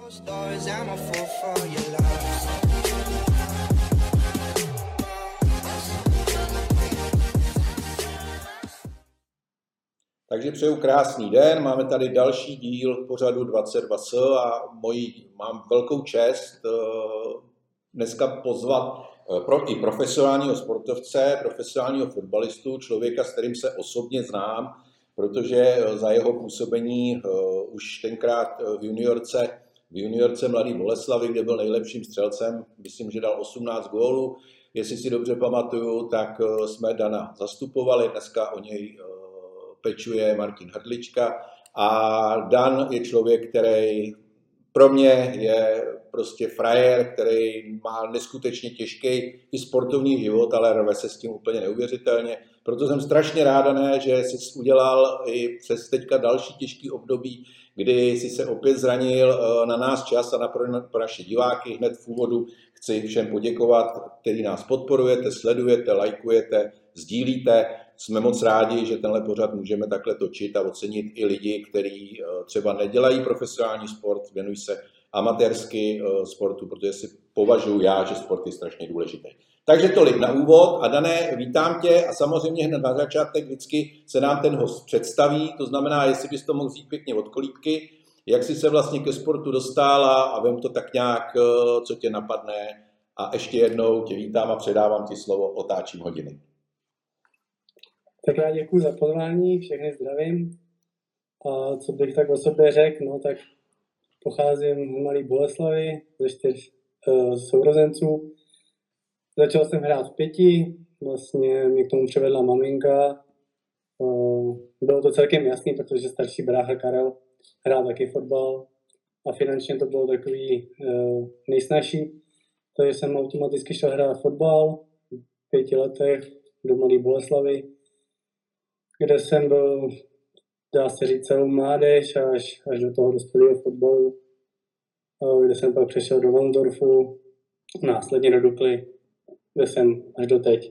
Takže přeju krásný den, máme tady další díl pořadu 22S a mám velkou čest dneska pozvat i profesionálního sportovce, profesionálního fotbalistu, člověka, s kterým se osobně znám, protože za jeho působení už tenkrát v juniorce Mladé Boleslavi, kde byl nejlepším střelcem, myslím, že dal 18 gólů. Jestli si dobře pamatuju, tak jsme Dana zastupovali, dneska o něj pečuje Martin Hrdlička a Dan je člověk, který pro mě je prostě frajer, který má neskutečně těžký i sportovní život, ale rve se s tím úplně neuvěřitelně. Proto jsem strašně ráda, že jsi udělal i přes teďka další těžký období, kdy jsi se opět zranil, na nás čas a pro naše diváky. Hned v úvodu chci všem poděkovat, který nás podporujete, sledujete, lajkujete, sdílíte. Jsme moc rádi, že tenhle pořad můžeme takhle točit a ocenit i lidi, kteří třeba nedělají profesionální sport, věnují se amatérsky sportu, protože si považuji já, že sport je strašně důležitý. Takže tolik na úvod a Dané, vítám tě a samozřejmě hned na začátek vždycky se nám ten host představí, to znamená, jestli bys to mohl vzít pěkně od kolíbky, jak jsi se vlastně ke sportu dostal a vem to tak nějak, co tě napadne a ještě jednou tě vítám a předávám ti slovo, otáčím hodiny. Tak já děkuji za pozvání, všechny zdravím. A co bych tak o sobě řekl, no tak pocházím z Mladé Boleslavy, ze 4 sourozenců. Začal jsem hrát v 5, vlastně mě k tomu přivedla maminka. Bylo to celkem jasný, protože starší brácha Karel hrál taky fotbal a finančně to bylo takový nejsnažší. Takže jsem automaticky šel hrát fotbal v 5 letech do Mladé Boleslavy, kde jsem byl, dá se říct, celou mládež až do toho dospělého fotbalu, kde jsem pak přešel do Waldorfu, následně do Dukly, kde jsem až do teď.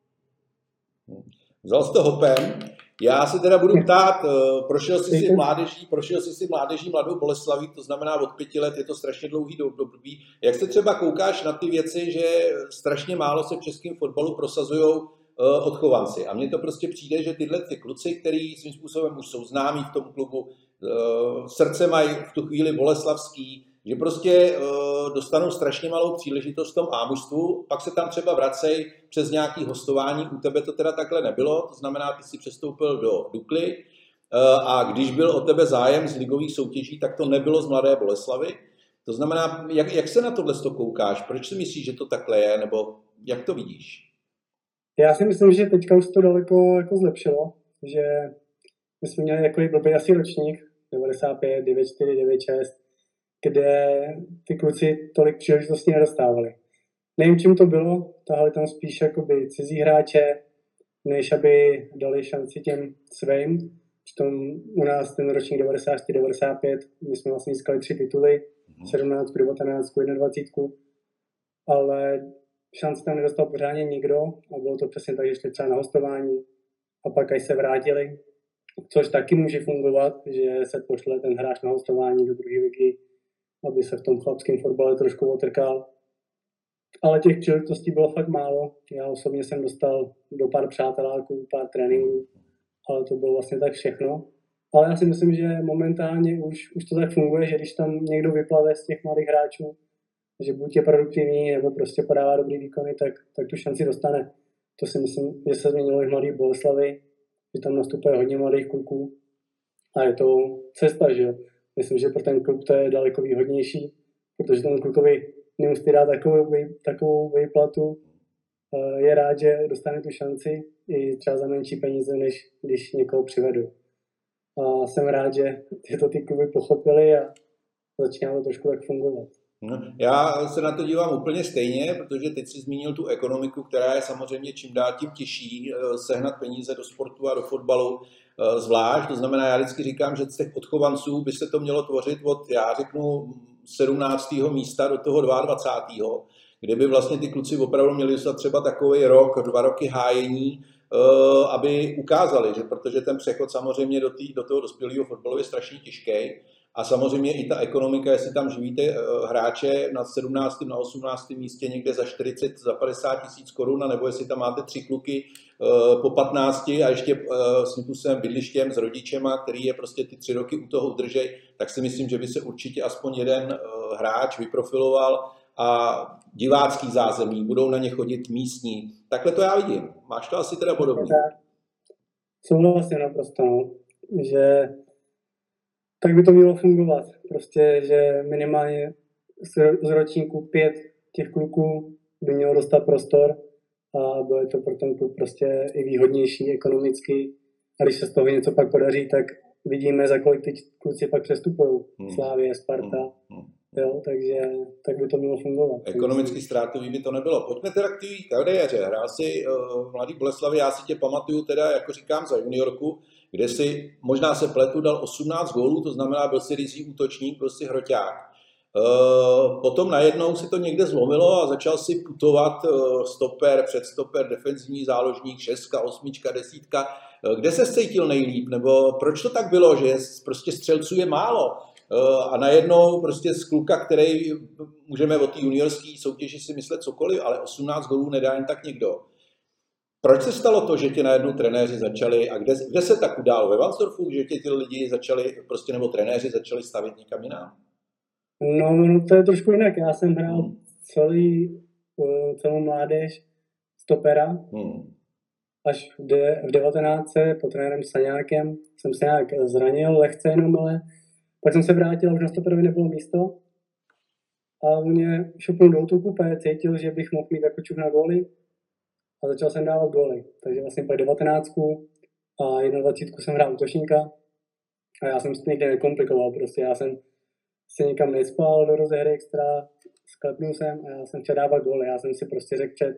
Vzal jsi to hopem. Já se teda budu ptát, prošel jsi si mládeží Mladou Boleslaví, to znamená od 5 let, je to strašně dlouhý období. Jak se třeba koukáš na ty věci, že strašně málo se v českém fotbalu prosazují odchovanci. A mně to prostě přijde, že tyhle ty kluci, který svým způsobem už jsou známí v tom klubu, srdce mají v tu chvíli boleslavský, že prostě dostanou strašně malou příležitost v tom A-mužstvu, pak se tam třeba vracejí přes nějaké hostování, u tebe to teda takhle nebylo, to znamená, ty jsi přestoupil do Dukly a když byl o tebe zájem z ligových soutěží, tak to nebylo z Mladé Boleslavy. To znamená, jak se na tohle koukáš, proč si myslíš, že to takhle je, nebo jak to vidíš? Já si myslím, že teďka už to daleko jako zlepšilo, že my jsme měli takový blbý asi ročník, 95, 94, 96, kde ty kluci tolik příležitostí nedostávali. Nevím, čím to bylo, tahali tam spíš jakoby cizí hráče, než aby dali šanci těm svým. Přitom u nás ten ročník 94-95, my jsme vlastně získali 3 tituly, 17, 19, 21, ale šanci tam nedostal pořádně nikdo a bylo to přesně tak, že šli třeba na hostování a pak až se vrátili, což taky může fungovat, že se pošle ten hráč na hostování do druhé ligy, aby se v tom chlapském fotbale trošku otrkal. Ale těch příležitostí bylo fakt málo. Já osobně jsem dostal do pár přáteláků, pár tréninků, ale to bylo vlastně tak všechno. Ale já si myslím, že momentálně už to tak funguje, že když tam někdo vyplave z těch mladých hráčů, že buď je produktivní, nebo prostě podává dobrý výkony, tak tu šanci dostane. To si myslím, že se změnilo i v Mladé Boleslavi, že tam nastupuje hodně mladých kluků a je to cesta, že jo. Myslím, že pro ten klub to je daleko výhodnější, protože ten klukovi nemusí dát takovou výplatu, je rád, že dostane tu šanci i třeba za menší peníze, než když někoho přivedu. A jsem rád, že ty kluby pochopili a začíná to trošku tak fungovat. Já se na to dívám úplně stejně, protože teď si zmínil tu ekonomiku, která je samozřejmě čím dál tím těžší sehnat peníze do sportu a do fotbalu zvlášť. To znamená, já vždycky říkám, že z těch odchovanců by se to mělo tvořit od, já řeknu, 17. místa do toho 22. kde by vlastně ty kluci opravdu měli dostat třeba takový rok, 2 roky hájení, aby ukázali, že protože ten přechod samozřejmě do toho dospělého fotbalu je strašně těžký A samozřejmě i ta ekonomika, jestli tam živíte hráče na 17. na 18. místě někde za 40, za 50 tisíc korun, nebo jestli tam máte 3 kluky po 15 a ještě s tím bydlištěm s rodičema, který je prostě ty 3 roky u toho udržej, tak si myslím, že by se určitě aspoň jeden hráč vyprofiloval a divácký zázemí, budou na ně chodit místní. Takhle to já vidím. Máš to asi teda podobně. Souhlasím naprosto, no. Že tak by to mělo fungovat. Prostě, že minimálně z ročníku 5 těch kluků by mělo dostat prostor a bylo to pro ten klub prostě i výhodnější ekonomicky. A když se z toho něco pak podaří, tak vidíme, za kolik ty kluci pak přestupují. Slávie, Sparta. Jo, takže tak by to mělo fungovat. Ekonomicky ztrátový by to nebylo. Pojďme teda k té kariéře. Hrál si v Mladý Boleslavi, já si tě pamatuju teda, jako říkám, za juniorku, kde si, možná se pletu, dal 18 gólů, to znamená, byl si ryzí útočník, byl si hroťák. Potom najednou si to někde zlomilo a začal si putovat stoper, předstoper, defenzivní záložník, 6, 8, 10. Kde se cítil nejlíp? Nebo proč to tak bylo, že prostě střelců je málo? A najednou prostě z kluka, který můžeme o té juniorské soutěži si myslet cokoliv, ale 18 gólů nedá jen tak někdo. Proč se stalo to, že tě najednou trenéři začali, a kde se tak událo? Ve Varnsdorfu, že tě ty lidi začali, prostě, nebo trenéři začali stavět někam jinam? No, to je trošku jinak. Já jsem hrál celou mládež stopera. Až v 19. pod trenérem Saňákem jsem se nějak zranil, lehce jenom, ale pak jsem se vrátil a už na stoperovi nebylo místo. A mě šupnul do útoku, cítil, že bych mohl mít jako čuch na góly. A začal jsem dávat góly. Takže vlastně pak 19. a 21. jsem hrál útočníka. A já jsem se někde nekomplikoval. Prostě já jsem se nikam nespal do rozehry extra, sklepnul jsem a já jsem chtěl dávat góly. Já jsem si prostě řekl před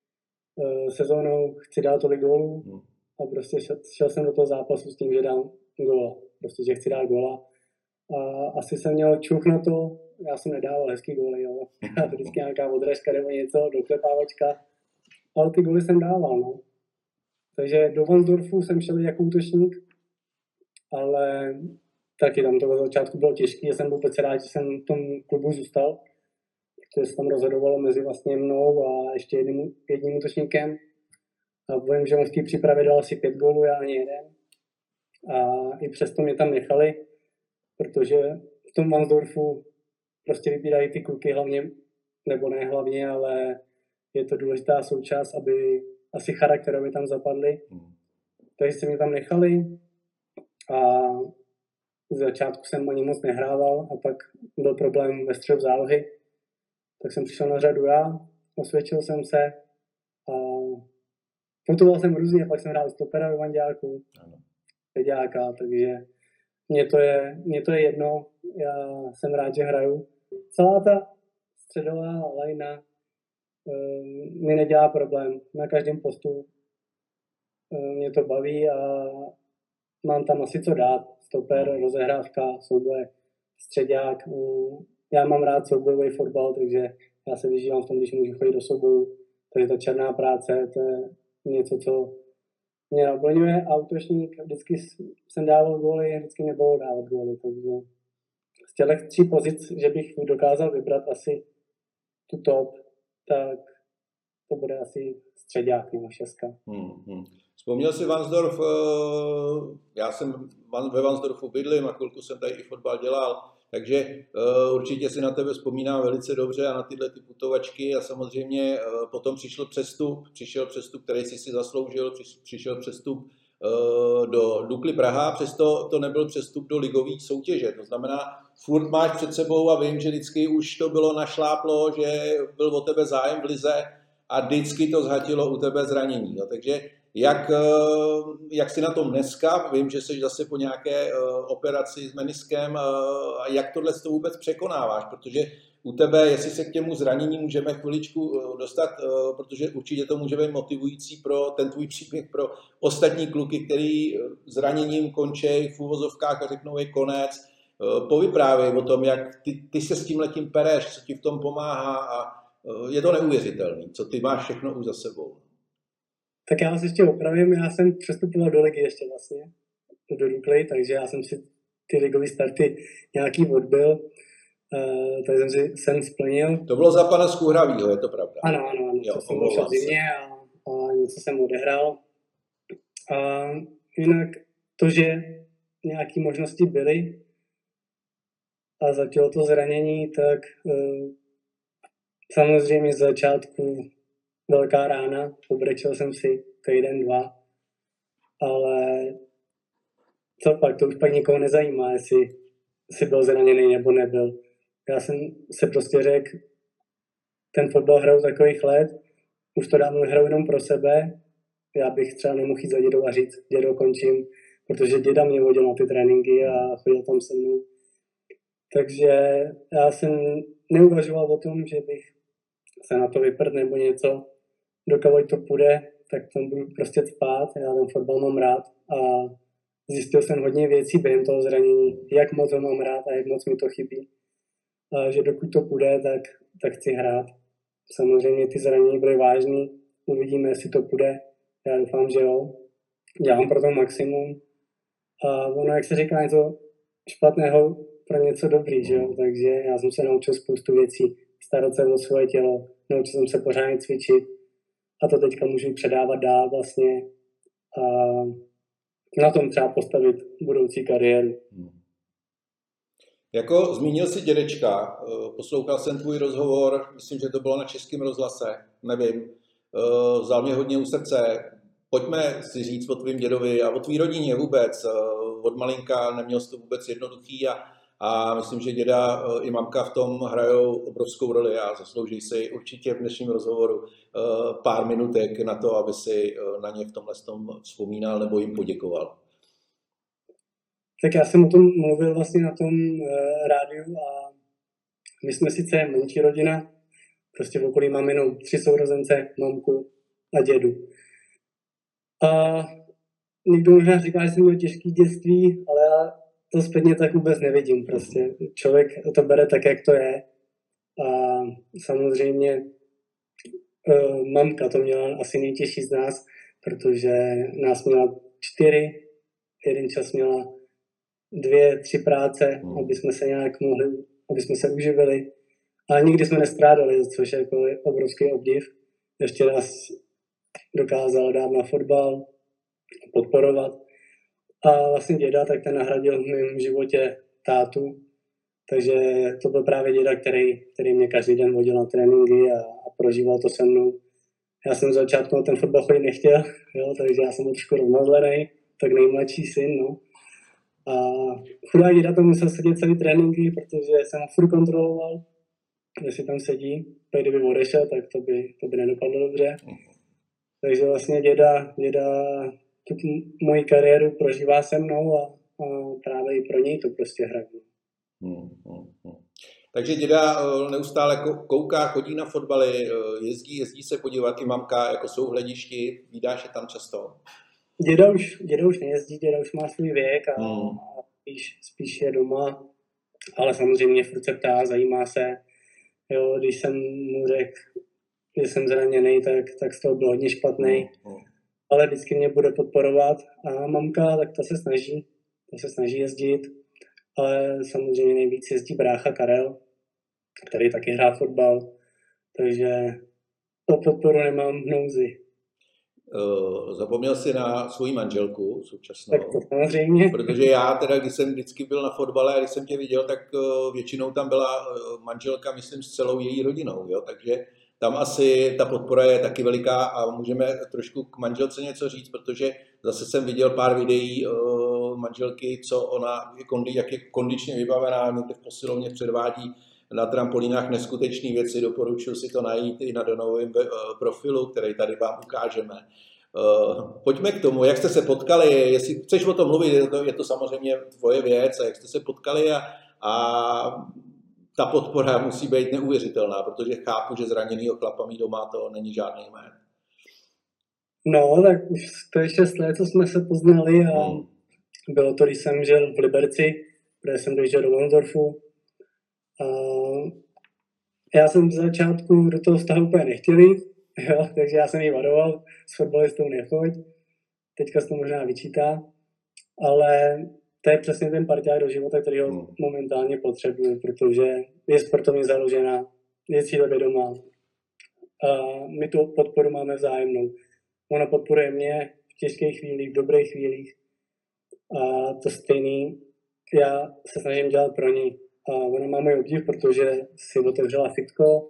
sezónou, chci dát tolik gólů a prostě šel jsem do toho zápasu s tím, že dám góla. Prostě, že chci dát góla. A asi jsem měl čuch na to, já jsem nedával hezký góly, jo. Vždycky nějaká odrežka nebo něco, doklepávačka. Ale ty góly jsem dával, no. Takže do Varnsdorfu jsem šel jako útočník, ale taky tam to od začátku bylo těžké, já jsem byl vůbec rád, že jsem v tom klubu zůstal, protože se tam rozhodovalo mezi vlastně mnou a ještě jedním útočníkem. A vím, že on v té přípravě dal asi 5 gólů, já ani jeden. A i přesto mě tam nechali, protože v tom Varnsdorfu prostě vybírají ty kluky hlavně, nebo ne hlavně, ale je to důležitá součást, aby asi charakterově tam zapadly. Takže se mě tam nechali a z začátku jsem ani moc nehrával a pak byl problém ve střelu zálohy. Tak jsem přišel na řadu já, osvědčil jsem se a putoval jsem různě, pak jsem hrál stopera ve Vanďáku, peďáka, takže mě to je jedno, já jsem rád, že hraju. Celá ta středová lajna mi nedělá problém, na každém postu mě to baví a mám tam asi co dát. Stoper, rozehrávka, souboj, středák. Já mám rád soubojový fotbal, takže já se vyžívám v tom, když můžu chodit do souboju. Takže ta černá práce, to je něco, co mě naplňuje. A útočník, vždycky jsem dával góly, vždycky nebylo dávat góly. Takže z těch 3 pozic, že bych dokázal vybrat asi tu top, tak to bude asi středák nebo 6. Vzpomněl si Varnsdorf, já jsem ve Varnsdorfu bydlím a chvilku jsem tady i fotbal dělal, takže určitě si na tebe vzpomínám velice dobře a na tyhle ty putovačky a samozřejmě potom přišel přestup, který si zasloužil, přišel přestup do Dukly Praha, přesto to nebyl přestup do ligové soutěže, to znamená, furt máš před sebou a vím, že vždycky už to bylo našláplo, že byl o tebe zájem v lize a vždycky to zhatilo u tebe zranění, jo. Takže jak jsi na tom dneska? Vím, že jsi zase po nějaké operaci s meniskem. A jak tohle to vůbec překonáváš? Protože u tebe, jestli se k těmu zranění můžeme chviličku dostat, protože určitě to může být motivující pro ten tvůj příběh pro ostatní kluky, který zraněním končí v úvozovkách a řeknou je konec. Povyprávěj o tom, jak ty se s tím letím pereš, co ti v tom pomáhá a je to neuvěřitelné, co ty máš všechno už za sebou. Tak já vás ještě opravím, já jsem přestupoval do ligy ještě vlastně, do Dukly, takže já jsem si ty ligové starty nějaký odbyl, tak jsem si sen splnil. To bylo za pana Skůhravýho, je to pravda? Ano, jo, to jsem došel zimně a něco jsem odehrál. A jinak to, že nějaké možnosti byly a začalo to zranění, tak samozřejmě z začátku velká rána, obrečel jsem si týden, 2, ale co pak, to už pak nikoho nezajímá, jestli byl zraněný nebo nebyl. Já jsem se prostě řekl, ten fotbal hraju takových let, už to dávno hraju jenom pro sebe, já bych třeba nemohl jít za dědou a říct, dědo, končím, protože děda mě vodil na ty tréninky a chodil tam se mnou. Takže já jsem neuvažoval o tom, že bych se na to vyprt nebo něco. Dokud to půjde, tak tam budu prostě spát, já ten fotbal mám rád a zjistil jsem hodně věcí během toho zranění, jak moc ho mám rád a jak moc mi to chybí. A že dokud to půjde, tak chci hrát. Samozřejmě ty zranění byly vážný, uvidíme, jestli to půjde. Já doufám, že jo. Dělám pro to maximum. A ono, jak se říká, něco špatného pro něco dobrý, že jo. Takže já jsem se naučil spoustu věcí, starat se o svoje tělo, naučil jsem se pořádně cvičit a to teďka můžu předávat dál vlastně a na tom třeba postavit budoucí kariéru. Jako zmínil si dědečka, poslouchal jsem tvůj rozhovor, myslím, že to bylo na Českém rozhlase, nevím, vzal mě hodně u srdce. Pojďme si říct o tvým dědovi a o tvý rodině vůbec. Od malinka neměl jsi to vůbec jednoduchý a myslím, že děda i mamka v tom hrajou obrovskou roli a zaslouží si určitě v dnešním rozhovoru pár minutek na to, aby si na ně v tomhle vzpomínal nebo jim poděkoval. Tak já jsem o tom mluvil vlastně na tom rádiu a my jsme sice menší rodina, prostě v okolí mám jenom 3 sourozence, mamku a dědu. A někdo možná říká, že jsem měl těžký dětství, ale já to zpětně tak vůbec nevidím. Prostě člověk to bere tak, jak to je. A samozřejmě mamka to měla asi nejtěžší z nás, protože nás měla 4, jeden čas měla 2, 3 práce, aby jsme se nějak mohli, aby jsme se uživili. Ale nikdy jsme nestrádali, což je jako obrovský obdiv. Ještě nás dokázal dát na fotbal, podporovat. A vlastně děda, tak ten nahradil v mém životě tátu. Takže to byl právě děda, který mě každý den vodil na tréninky a prožíval to se mnou. Já jsem z začátku na ten fotbal chodit nechtěl, jo, takže já jsem byl trošku rovnozlený, tak nejmladší syn, no. A chudák děda to musel sedět celý tréninky, protože jsem ho furt kontroloval, jestli tam sedí. Pak kdyby odešel, tak to by nedopadlo dobře. Takže vlastně děda tu moji kariéru prožívá se mnou a právě i pro něj to prostě hraju. Takže děda neustále kouká, chodí na fotbaly, jezdí se podívat, i mamka jako jsou v hledišti, vídáš je tam často? Děda už nejezdí, děda už má svůj věk a spíš je doma, ale samozřejmě furt se ptá, zajímá se. Jo, když jsem mu řekl, že jsem zraněný, tak z toho byl hodně špatný. Ale vždycky mě bude podporovat a mamka, tak ta se snaží jezdit, ale samozřejmě nejvíc jezdí brácha Karel, který taky hrá fotbal, takže o podporu nemám nouzi. Zapomněl jsi na svoji manželku současnou. Tak to samozřejmě. Protože já teda, když jsem vždycky byl na fotbale a když jsem tě viděl, tak většinou tam byla manželka, myslím, s celou její rodinou, jo, takže tam asi ta podpora je taky veliká a můžeme trošku k manželce něco říct, protože zase jsem viděl pár videí manželky, co ona, jak je kondičně vybavená, někde v posilovně předvádí na trampolínách neskutečné věci, doporučuji si to najít i na Donovém profilu, který tady vám ukážeme. Pojďme k tomu, jak jste se potkali, jestli chceš o tom mluvit, je to samozřejmě tvoje věc, a jak jste se potkali a ta podpora musí být neuvěřitelná, protože chápu, že zraněnýho chlapa mít doma to není žádný jmén. No, tak už to je 6 let, co jsme se poznali a bylo to, když jsem žil v Liberci, protože jsem dojížděl do Lonsdorfu. Já jsem v začátku do toho vztahu úplně nechtěl jít, jo, takže já jsem jí varoval, s fotbalistou nechoď, teďka se to možná vyčítá, ale to je přesně ten parťák do života, který ho momentálně potřebuje, protože je sportovně založená, je cílevědomá. A my tu podporu máme vzájemnou. Ona podporuje mě v těžkých chvílích, v dobrých chvílích. A to stejný já se snažím dělat pro ní. A ona má můj obdiv, protože si otevřela fitko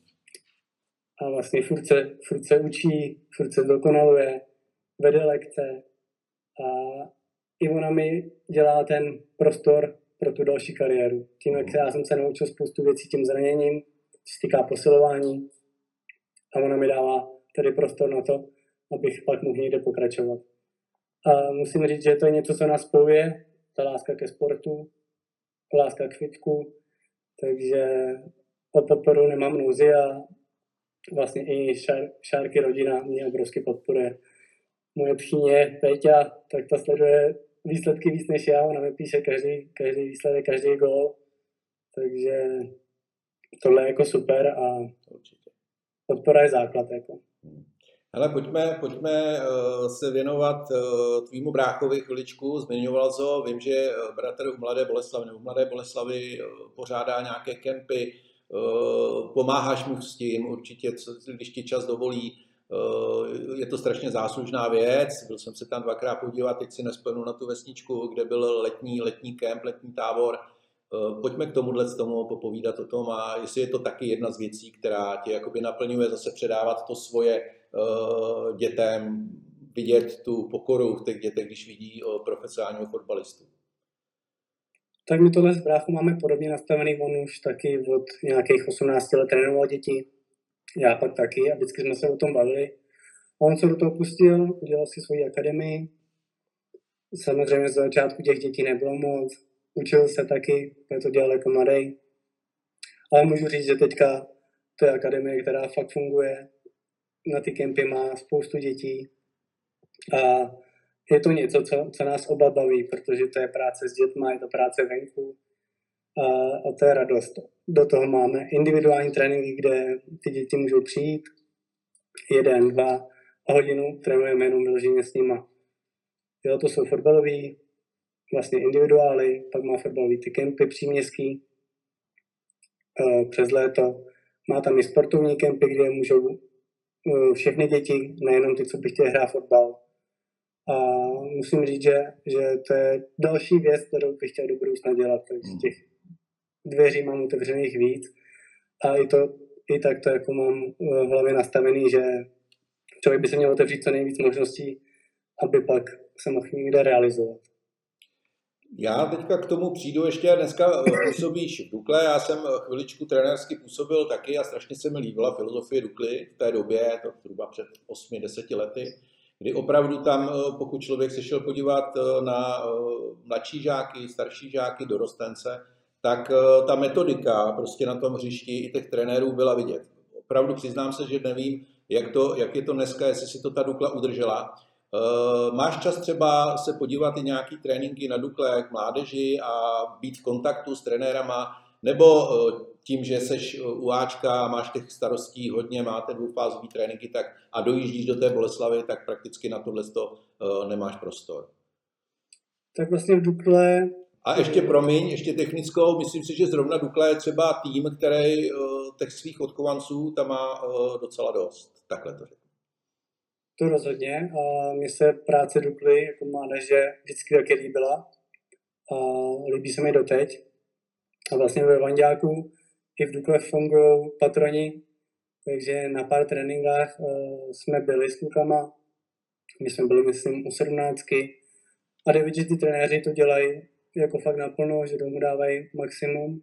a vlastně furt se učí, furt se dokonaluje, vede lekce a i ona mi dělá ten prostor pro tu další kariéru. Tím, jak já jsem se naučil spoustu věcí tím zraněním, co se týká posilování, a ona mi dává tedy prostor na to, abych pak mohl někde pokračovat. A musím říct, že to je něco, co nás spojuje, ta láska ke sportu, láska k fitku, takže o podporu nemám nouzi a vlastně i Šárky rodina mě obrovsky podporuje. Moje tchýně Péťa, tak ta sleduje výsledky víc než já, ona mi píše každý výsledek, každý gól, takže tohle je jako super a podpora je základ. Jako. Hele, pojďme se věnovat tvýmu bráchovi chviličku, zmiňoval jsi ho, vím, že bratr v Mladé Boleslavi pořádá nějaké kempy, pomáháš mu s tím určitě, když ti čas dovolí, je to strašně záslužná věc, byl jsem se tam 2krát podívat, teď si nespomenu na tu vesničku, kde byl letní kemp, letní tábor. Pojďme k tomu popovídat o tom a jestli je to taky jedna z věcí, která tě jakoby naplňuje zase předávat to svoje dětem, vidět tu pokoru v těch dětech, když vidí profesionálního fotbalistu. Tak my tohle s bráchou máme podobně nastavený, on už taky od nějakých 18 let trénoval děti, já pak taky a vždycky jsme se o tom bavili. A on se do toho pustil, udělal si svoji akademii, samozřejmě z začátku těch dětí nebylo moc, učil se taky, já to dělal jako mladý. Ale můžu říct, že teďka to je akademie, která fakt funguje. Na ty kempy má spoustu dětí. A je to něco, co nás oba baví, protože to je práce s dětma, je to práce venku. A to je radost. Do toho máme individuální tréninky, kde ty děti můžou přijít 1, 2 hodinu, trénujeme jenom vyloženě s nima. Jo, to jsou fotbalový, vlastně individuály, pak má fotbalový ty kempy příměstský přes léto. Má tam i sportovní kempy, kde můžou všechny děti, nejenom ty, co by chtěli hrát fotbal. A musím říct, že to je další věc, kterou bych chtěl do budoucna dělat. Takže těch dveří mám otevřených víc. A i tak to jako mám v hlavě nastavený, že člověk by se měl otevřít co nejvíc možností, aby pak se mohl někde realizovat. Já teďka k tomu přijdu ještě, dneska působíš v Dukle, já jsem chviličku trenérsky působil taky a strašně se mi líbila filozofie Dukly v té době, to zhruba před 8-10 lety, kdy opravdu tam, pokud člověk se šel podívat na mladší žáky, starší žáky, dorostence, tak ta metodika prostě na tom hřišti i těch trenérů byla vidět. Opravdu přiznám se, že nevím, jak je to dneska, jestli si to ta Dukla udržela. Máš čas třeba se podívat i nějaký tréninky na Dukle k mládeži a být v kontaktu s trenérama, nebo tím, že seš u Ačka, máš těch starostí hodně, máte dvoufázový tréninky tak, a dojíždíš do té Boleslavy, tak prakticky na tohle nemáš prostor. Tak vlastně v Dukle... A ještě technickou, myslím si, že zrovna Dukla je třeba tým, který těch svých odchovanců tam má docela dost. Takhle to řeknu. To rozhodně. A mně se práce Dukly jako mládeže vždycky taky líbila. A líbí se mi doteď. A vlastně ve Vanďáku i v Dukle fungují patroni, takže na pár tréninkách jsme byli s klukama. My jsme byli, myslím, u 17. A jde vidět, že ty trenéři to dělají jako fakt naplno, že tomu dávají maximum,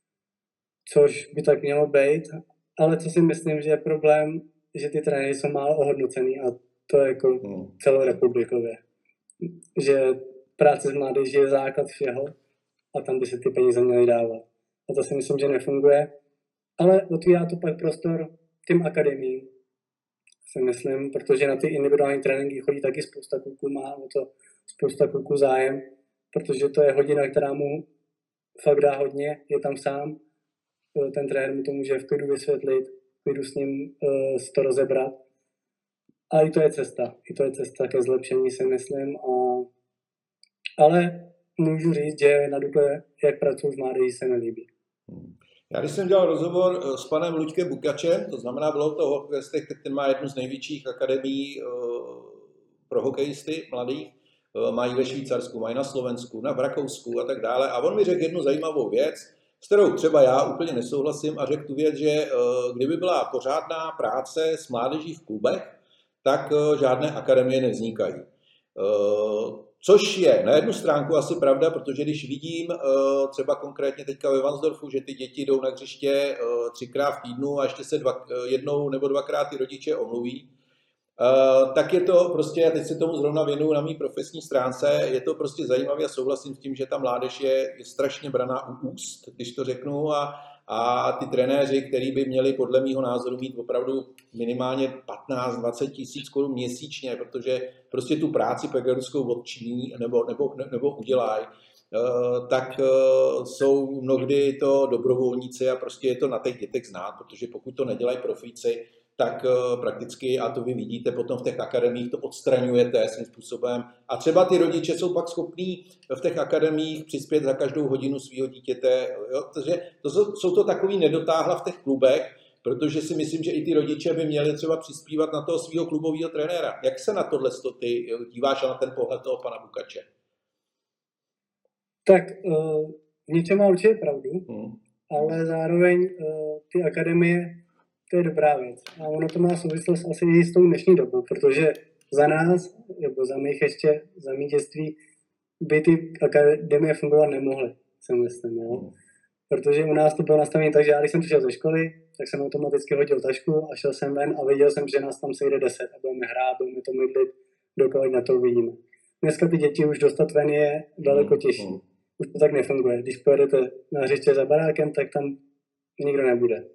což by tak mělo být. Ale co si myslím, že je problém, že ty trenéři jsou málo ohodnocený a to je jako celorepublikově. Že práce s mládeží je základ všeho a tam by se ty peníze měly dávat. A to si myslím, že nefunguje. Ale otvírá to pak prostor těm akademiím, si myslím, protože na ty individuální tréninky chodí taky spousta kluků, má o to spousta kluků zájem, protože to je hodina, která mu fakt dá hodně, je tam sám, ten trenér mu to může v klidu vysvětlit, v klidu s ním to rozebrat. A i to je cesta ke zlepšení, si myslím. Ale můžu říct, že na Dukle, jak pracuji s mládeží, se mi líbí. Já když jsem dělal rozhovor s panem Luďkem Bukačem, to znamená, bylo to o hokejistech, ten má jednu z největších akademií pro hokejisty mladých, mají ve Švýcarsku, mají na Slovensku, v Rakousku a tak dále. A on mi řekl jednu zajímavou věc, s kterou třeba já úplně nesouhlasím, a řekl tu věc, že kdyby byla pořádná práce s mládeží v klubech, tak žádné akademie nevznikají. Což je na jednu stránku asi pravda, protože když vidím třeba konkrétně teďka ve Vansdorfu, že ty děti jdou na hřiště 3krát v týdnu a ještě se jednou nebo dvakrát ty rodiče omluví, tak je to prostě, já teď se tomu zrovna věnuju na mý profesní stránce, je to prostě zajímavé a souhlasím s tím, že ta mládež je strašně braná u úst, když to řeknu, a ty trenéři, který by měli podle mýho názoru mít opravdu minimálně 15-20 tisíc korun měsíčně, protože prostě tu práci pedagogskou odčiní nebo udělají, tak jsou mnohdy to dobrovolníci a prostě je to na těch dětech znát, protože pokud to nedělají profíci, tak prakticky, a to vy vidíte potom v těch akademiích, to odstraňujete svým způsobem. A třeba ty rodiče jsou pak schopní v těch akademiích přispět za každou hodinu svého dítěte. Jo? Takže jsou to takový nedotáhla v těch klubech, protože si myslím, že i ty rodiče by měli třeba přispívat na toho svého klubového trenéra. Jak se na tohle ty díváš a na ten pohled toho pana Bukače? Tak v něčem má určitě pravdu, ale zároveň ty akademie, to je dobrá věc. A ono to má souvislost asi i s tou dnešní dobou, protože za nás, nebo za mých ještě, za mý dětství, by ty akademie fungovat nemohly, si myslím. Jo? Protože u nás to bylo nastavené tak, že já když jsem přišel ze školy, tak jsem automaticky hodil tašku a šel jsem ven a viděl jsem, že nás tam sejde 10 a budeme hrát, budeme to mydlit, dokud na to uvidíme. Dneska ty děti už dostat ven je daleko těžší. Už to tak nefunguje. Když pojedete na hřiště za barákem, tak tam nikdo nebude.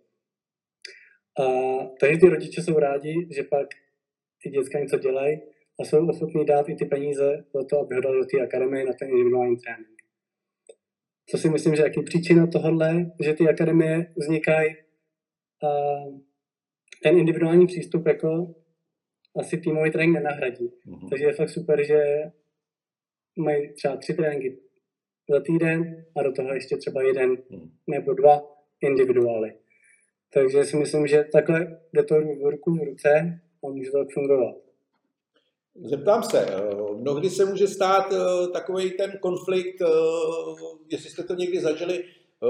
Takže ty rodiče jsou rádi, že pak ty děcka něco dělají a jsou ochotní dát i ty peníze za to, aby ho dali do té akademie na ten individuální trénink. Co si myslím, že jaký příčina tohohle, že ty akademie vznikají a ten individuální přístup jako asi týmový trénink nenahradí. Takže je fakt super, že mají třeba 3 tréninky za týden a do toho ještě třeba 1 nebo 2 individuály. Takže si myslím, že takhle jde to ruku v ruce a může to tak fungovat. Zeptám se, mnohdy se může stát takový ten konflikt, jestli jste to někdy zažili,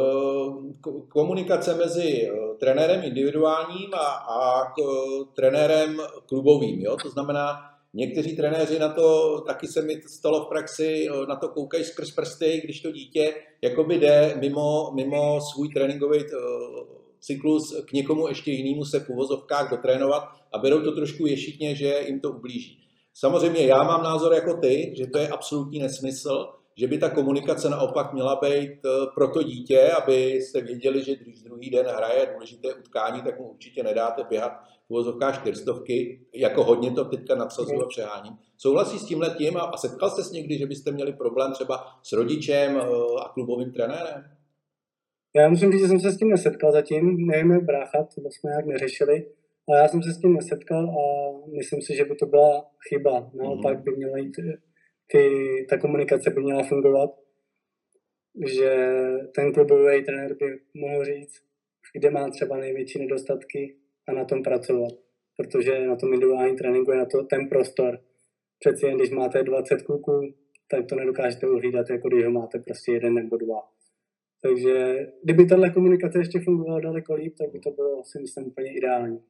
komunikace mezi trenérem individuálním a trenérem klubovým. Jo? To znamená, někteří trenéři na to, taky se mi stalo v praxi, na to koukají skrz prsty, když to dítě jakoby jde mimo svůj tréninkový cyklus k někomu ještě jinému se v uvozovkách dotrénovat a berou to trošku ješitně, že jim to ublíží. Samozřejmě já mám názor jako ty, že to je absolutní nesmysl, že by ta komunikace naopak měla být pro to dítě, abyste věděli, že když druhý den hraje důležité utkání, tak mu určitě nedáte běhat v uvozovkách 400, jako hodně to teďka nadsazuju a přeháním. Souhlasí s tímhletím a setkal jste s někdy, že byste měli problém třeba s rodičem a klubovým trenérem? Já musím říct, že jsem se s tím nesetkal zatím, nevím jak brácha, to jsme nějak neřešili, ale já jsem se s tím nesetkal a myslím si, že by to byla chyba. Naopak by měla jít, ta komunikace by měla fungovat, že ten klubový trenér by mohl říct, kde má třeba největší nedostatky a na tom pracovat, protože na tom individuální tréninku je na to ten prostor. Přeci jen když máte 20 kluků, tak to nedokážete uhlídat, jako když ho máte prostě 1 nebo 2. Takže kdyby tahle komunikace ještě fungovala daleko líp, tak by to bylo, si myslím, úplně ideální.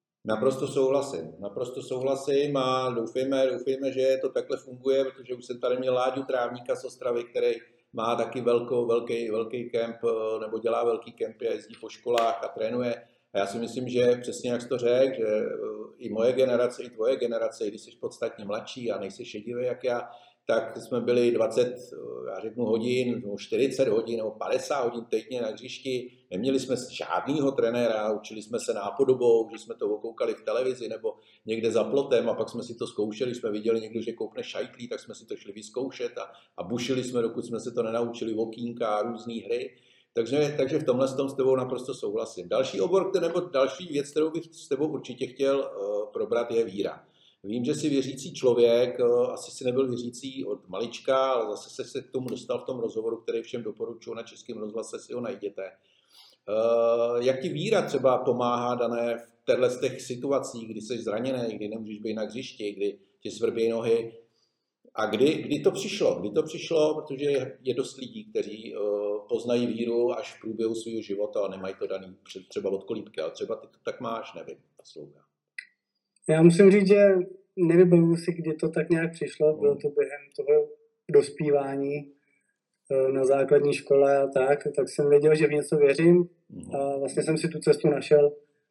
Naprosto souhlasím a doufejme, že to takhle funguje, protože už jsem tady měl Láďu Trávníka z Ostravy, který má taky velký kemp, nebo dělá velký kempy a jezdí po školách a trénuje. A já si myslím, že přesně jak jsi to řekl, že i moje generace, i tvoje generace, když jsi podstatně mladší a nejsi šedivý jak já, tak jsme byli 20, já řeknu hodin, 40 hodin nebo 50 hodin týdně na hřišti. Neměli jsme žádnýho trenéra, učili jsme se nápodobou, že jsme to okoukali v televizi nebo někde za plotem a pak jsme si to zkoušeli, jsme viděli někdo, že koupne šajtlí, tak jsme si to šli vyzkoušet a bušili jsme, dokud jsme se to nenaučili, okýnka a různé hry. Takže v tomhle s tebou naprosto souhlasím. Další obor, nebo další věc, kterou bych s tebou určitě chtěl probrat, je víra. Vím, že jsi věřící člověk, asi si nebyl věřící od malička, ale zase se k tomu dostal v tom rozhovoru, který všem doporučuji na Českém rozhlase, si ho najděte. Jak ti víra třeba pomáhá, Dané, v těchto situacích, kdy jsi zraněný, kdy nemůžeš být na hřišti, kdy ti svrbějí nohy? A kdy to přišlo? Kdy to přišlo, protože je dost lidí, kteří poznají víru až v průběhu svého života a nemají to daný třeba od kolíbky, ale třeba ty to tak máš, nevím, poslouchám. Já musím říct, že nevybavuju si, kdy to tak nějak přišlo, bylo to během toho dospívání na základní škole a tak jsem věděl, že v něco věřím a vlastně jsem si tu cestu našel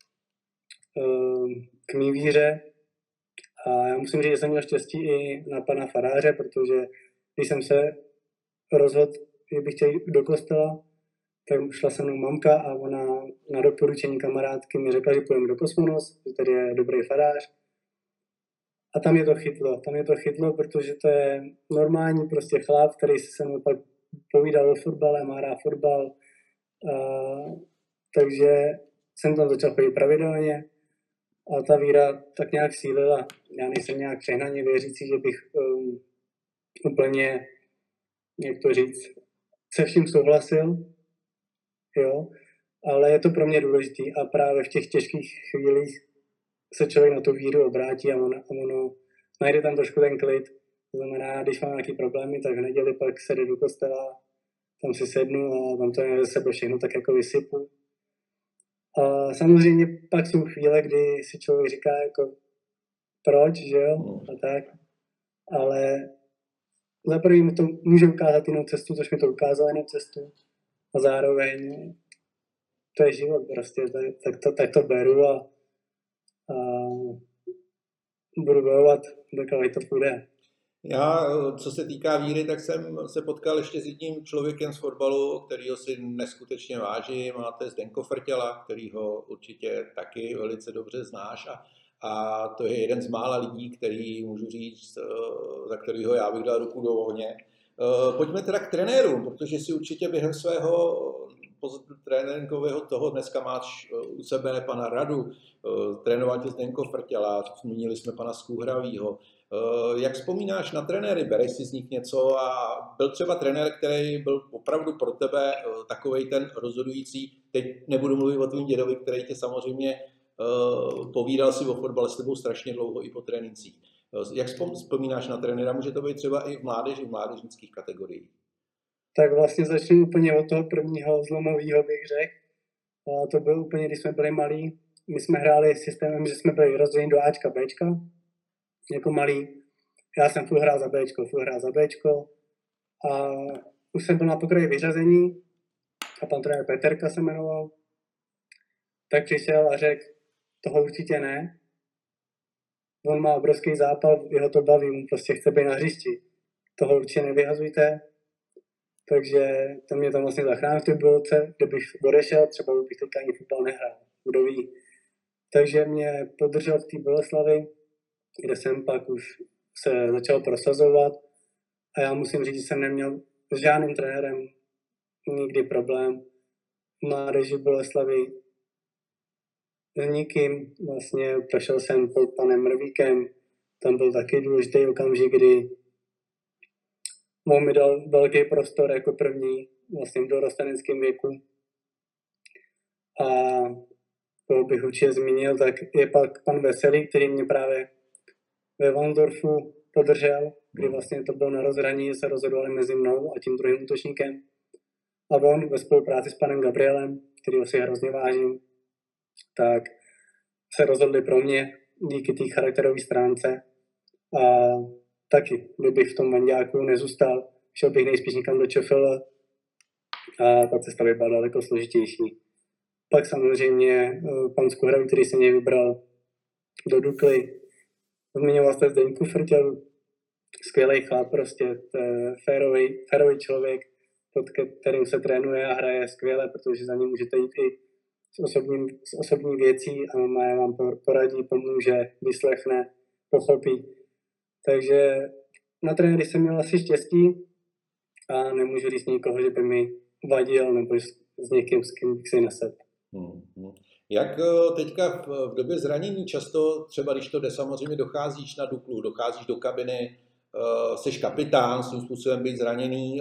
k mý víře. A já musím říct, že jsem měl štěstí i na pana faráře, protože když jsem se rozhodl, že bych chtěl jít do kostela, tak šla se mnou mamka a ona na doporučení kamarádky mi řekla, že půjdeme do Kosmonos, že tady je dobrý farář. A tam je to chytlo, protože to je normální prostě chlap, který se mnou pak povídal o fotbale, má rád fotbal. Takže jsem tam začal chodit pravidelně a ta víra tak nějak sílila. Já nejsem nějak přehnaně věřící, že bych úplně, jak to říct, se vším souhlasil, jo, ale je to pro mě důležitý a právě v těch těžkých chvílích se člověk na tu víru obrátí a ono najde tam trošku ten klid. To znamená, když mám nějaké problémy, tak v neděli pak se jde do kostela, tam si sednu a tam to je ze sebe všechno tak jako vysypu. A samozřejmě pak jsou chvíle, kdy si člověk říká jako proč, že jo, a tak. Ale za první mi to může ukázat jinou cestu, což mi to ukázalo jinou cestu. A zároveň to je život prostě, tak to beru a budu bojovat, dokud to půjde. Já, co se týká víry, tak jsem se potkal ještě s jedním člověkem z fotbalu, kterýho si neskutečně vážím, a to je Zdenko Frtěla, kterýho určitě taky velice dobře znáš a to je jeden z mála lidí, který můžu říct, za kterýho já bych dal ruku do ohně. Pojďme teda k trenérům, protože si určitě během svého tréninkového toho dneska máš u sebe pana Radu, trénoval tě Zdenko Frtěla, zmínili jsme pana Skůhravýho. Jak vzpomínáš na trenéry? Bereš si z nich něco a byl třeba trenér, který byl opravdu pro tebe takovej ten rozhodující? Teď nebudu mluvit o tvým dědovi, který tě samozřejmě povídal si o fotbale s tebou strašně dlouho i po trénincích. Jak vzpomínáš na trenéra? Může to být třeba i v mládeži, v mládežnických kategoriích? Tak vlastně začnu úplně od toho prvního zlomového, bych řekl. A to bylo úplně, když jsme byli malí. My jsme hráli systémem, že jsme byli rozděleni do Ačka, Bčka, jako malý. Já jsem furt hrál za Bčko. A už jsem byl na pokraji vyřazení a pan trenér Peterka se jmenoval. Tak přišel a řekl, toho určitě ne. On má obrovský zápal, jeho to baví, on prostě chce být na hřišti. Toho určitě nevyhazujte. Takže to mě tam vlastně zachránil v té bylce, kdybych odešel, třeba bych teďka ani fotbal nehrál, kdo ví. Takže mě podržel v té Boleslavi, kde jsem pak už se začal prosazovat a já musím říct, že jsem neměl s žádným trenérem nikdy problém. V mládeži Boleslavy s nikým, vlastně prošel jsem pod panem Mrvíkem, tam byl taky důležitý okamžik, kdy on mi dal velký prostor jako první vlastně v dorosteneckém věku. A koho bych určitě zmínil, tak je pak pan Veselý, který mě právě ve Waldorfu podržel, kdy vlastně to bylo na rozhraní, se rozhodovali mezi mnou a tím druhým útočníkem. A on ve spolupráci s panem Gabrielem, kterýho si hrozně vážím, tak se rozhodli pro mě díky té charakterové stránce. A taky, kdybych v tom Vanďáku nezůstal, šel bych nejspíš někam do ČFL a ta cesta by byla daleko složitější. Pak samozřejmě pan Skuhravý, který se mě vybral do Dukly, zmiňoval jste Zdeňku Frtělu, skvělý chlap, prostě férový člověk, pod kterým se trénuje a hraje skvěle, protože za ním můžete jít i s osobní věcí a vám poradí, pomůže, vyslechne, pochopí. Takže na trenéry jsem měl asi štěstí a nemůžu říct nikoho, že by mi vadil nebo s někým, s kým bych si nesedl. Jak teďka v době zranění často, třeba když to jde, samozřejmě docházíš na Duklu, docházíš do kabiny, seš kapitán, svým způsobem být zraněný,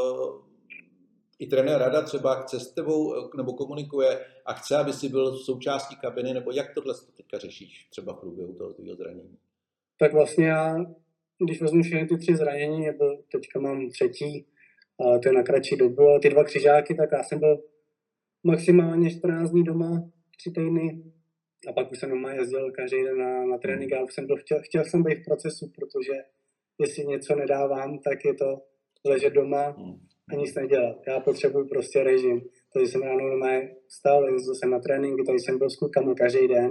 i trenér Rada třeba chce s tebou nebo komunikuje a chce, aby si byl součástí kabiny, nebo jak tohle teďka řešíš třeba v průběhu toho tvýho zranění? Tak vlastně já, když vezmu všechny ty 3 zranění, nebo teďka mám 3, a to je na kratší dobu, ale ty 2 křižáky, tak já jsem byl maximálně 14 dní doma, 3 týdny, a pak už jsem doma jezdil každý den na trénink. Já už jsem chtěl jsem být v procesu, protože jestli něco nedávám, tak je to ležet doma a nic nedělat. Já potřebuji prostě režim. Takže jsem ráno doma vstal, jezdil jsem na tréninky, takže jsem byl s klukama každý den.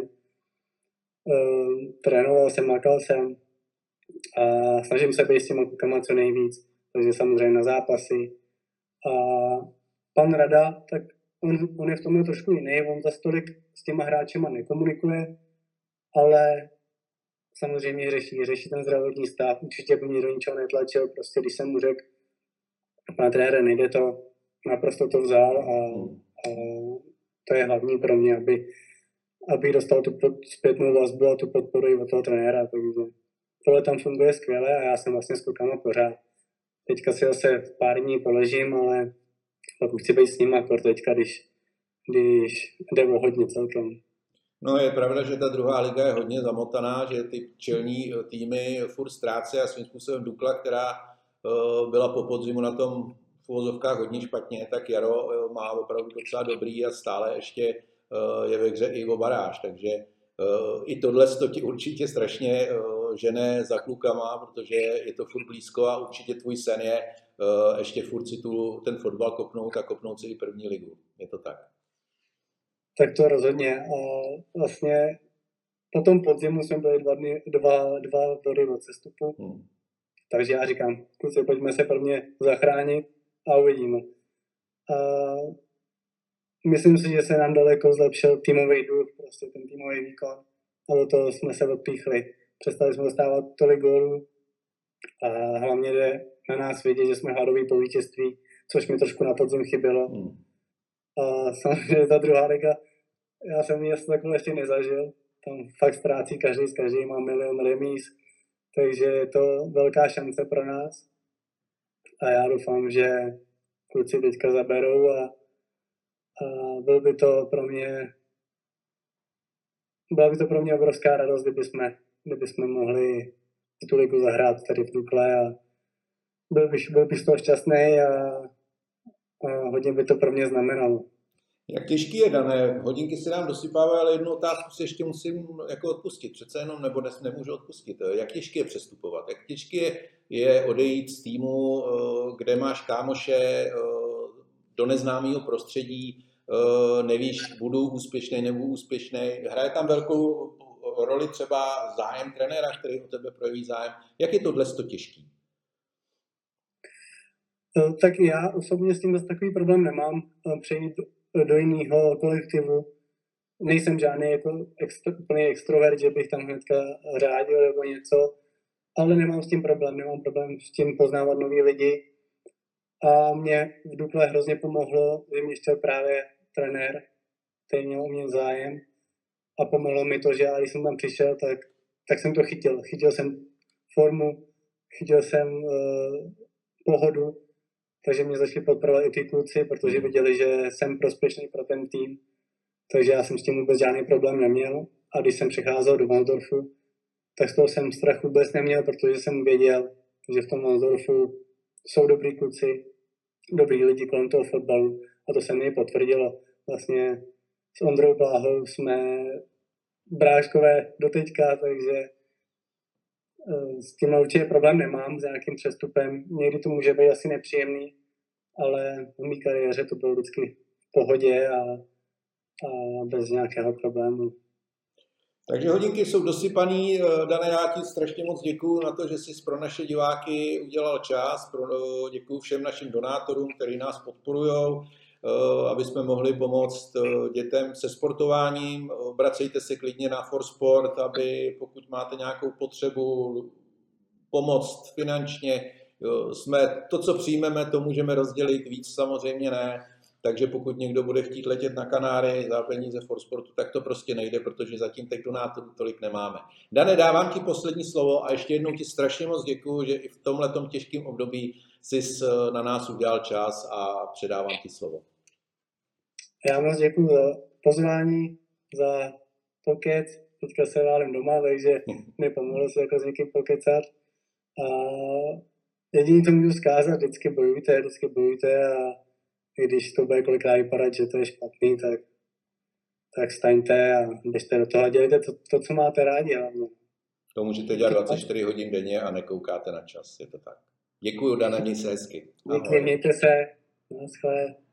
Trénoval jsem, makal jsem a snažím se být s těma klukama co nejvíc. Takže samozřejmě na zápasy. A pan Rada, tak on je v tomhle trošku jiný, on za tolik s těma hráčema nekomunikuje, ale samozřejmě řeší ten zdravotní stav, určitě by mě do ničeho netlačil, prostě když jsem mu řekl, pane trenére, nejde to, naprosto to vzal a to je hlavní pro mě, aby dostal tu zpětnou vazbu a tu podporu i od toho trenéra, takže tohle tam funguje skvěle a já jsem vlastně s klukama pořád. Teďka si zase pár dní poležím, ale pak už chci být s ním akor teďka, když jde o hodně celkem. No je pravda, že ta druhá liga je hodně zamotaná, že ty čelní týmy furt ztrácí a svým způsobem Dukla, která byla po podzimu na tom v uvozovkách hodně špatně, tak jaro má opravdu docela dobrý a stále ještě je ve hře i o baráž, takže i tohle to ti určitě strašně žene za klukama, protože je to furt blízko a určitě tvůj sen je ještě furt si ten fotbal kopnout a kopnout si i první ligu. Je to tak? Tak to rozhodně. A vlastně po tom podzimu jsme byli 2 body od sestupu. Takže já říkám, kluci, pojďme se prvně zachránit a uvidíme. A myslím si, že se nám daleko zlepšil týmový duch, prostě ten týmový výkon. A do toho jsme se odpíchli. Přestali jsme dostávat tolik gólů a hlavně jde na nás vidět, že jsme hladoví po vítězství, což mi trošku na podzim chybělo. A samozřejmě ta druhá liga, já jsem ji takhle ještě nezažil. Tam fakt ztrácí každý z každým, má milion remíz, takže je to velká šance pro nás. A já doufám, že kluci teďka zaberou a byla by to pro mě obrovská radost, kdyby jsme mohli tu ligu zahrát tady v Dukle a byl bych z toho šťastný a hodně by to pro mě znamenalo. Jak těžký je, Dané? Hodinky se nám dosypávají, ale jednu otázku si ještě musím jako odpustit. Přece jenom, nebo dnes nemůžu odpustit. Jak těžké je přestupovat? Jak těžké je odejít z týmu, kde máš kámoše, do neznámého prostředí, nevíš, budu úspěšný, nebudu úspěšný. Hraje tam velkou roli třeba zájem trenéra, který o tebe projeví zájem. Jak je tohle těžký? Tak já osobně s tím zase takový problém nemám, přejít do jiného kolektivu. Nejsem žádný jako úplný extrovert, že bych tam hnedka řádil nebo něco, ale nemám s tím problém s tím poznávat nový lidi. A mě v Dukle hrozně pomohlo, že mě chtěl právě trenér, který měl o mě zájem a pomohlo mi to, že já, když jsem tam přišel, tak jsem to chytil. Chytil jsem formu, chytil jsem pohodu, takže mě začali podporovat i ty kluci, protože viděli, že jsem prospěšný pro ten tým. Takže já jsem s tím vůbec žádný problém neměl. A když jsem přecházel do Walsdorfu, tak z toho jsem strach vůbec neměl, protože jsem věděl, že v tom Walsdorfu jsou dobrý kluci, dobrý lidi kolem toho fotbalu. A to se mi potvrdilo. Vlastně s Ondrou Bláhou jsme bráškové doteďka, takže s tím určitě problém nemám, s nějakým přestupem. Někdy to může být asi nepříjemný, ale v mé kariéře to bylo vždycky v pohodě a bez nějakého problému. Takže hodinky jsou dosypaný. Dané, já ti strašně moc děkuju na to, že jsi pro naše diváky udělal čas. Děkuju všem našim donátorům, kteří nás podporují, aby jsme mohli pomoct dětem se sportováním. Obracejte se klidně na ForSport, aby pokud máte nějakou potřebu pomoct finančně, to, co přijmeme, to můžeme rozdělit, víc samozřejmě ne. takže pokud někdo bude chtít letět na Kanáry za peníze Forsportu, tak to prostě nejde, protože zatím těch donátorů tolik nemáme. Dane, dávám ti poslední slovo a ještě jednou ti strašně moc děkuju, že i v tomhletom těžkém období jsi na nás udělal čas a předávám ti slovo. Já moc děkuju za pozvání, za pokec. Teďka se válím doma, takže nepomohlo se jako s někým pokecat. A jediné, co můžu zkázat, vždycky bojujte a i když to bude kolikrát vypadat, že to je špatný, tak staňte a běžte do toho a dělejte to, co máte rádi hlavně. To můžete dělat 24 hodin denně a nekoukáte na čas, je to tak. Děkuju, Dana, měj se hezky. Děkuji, mějte se. Naschle.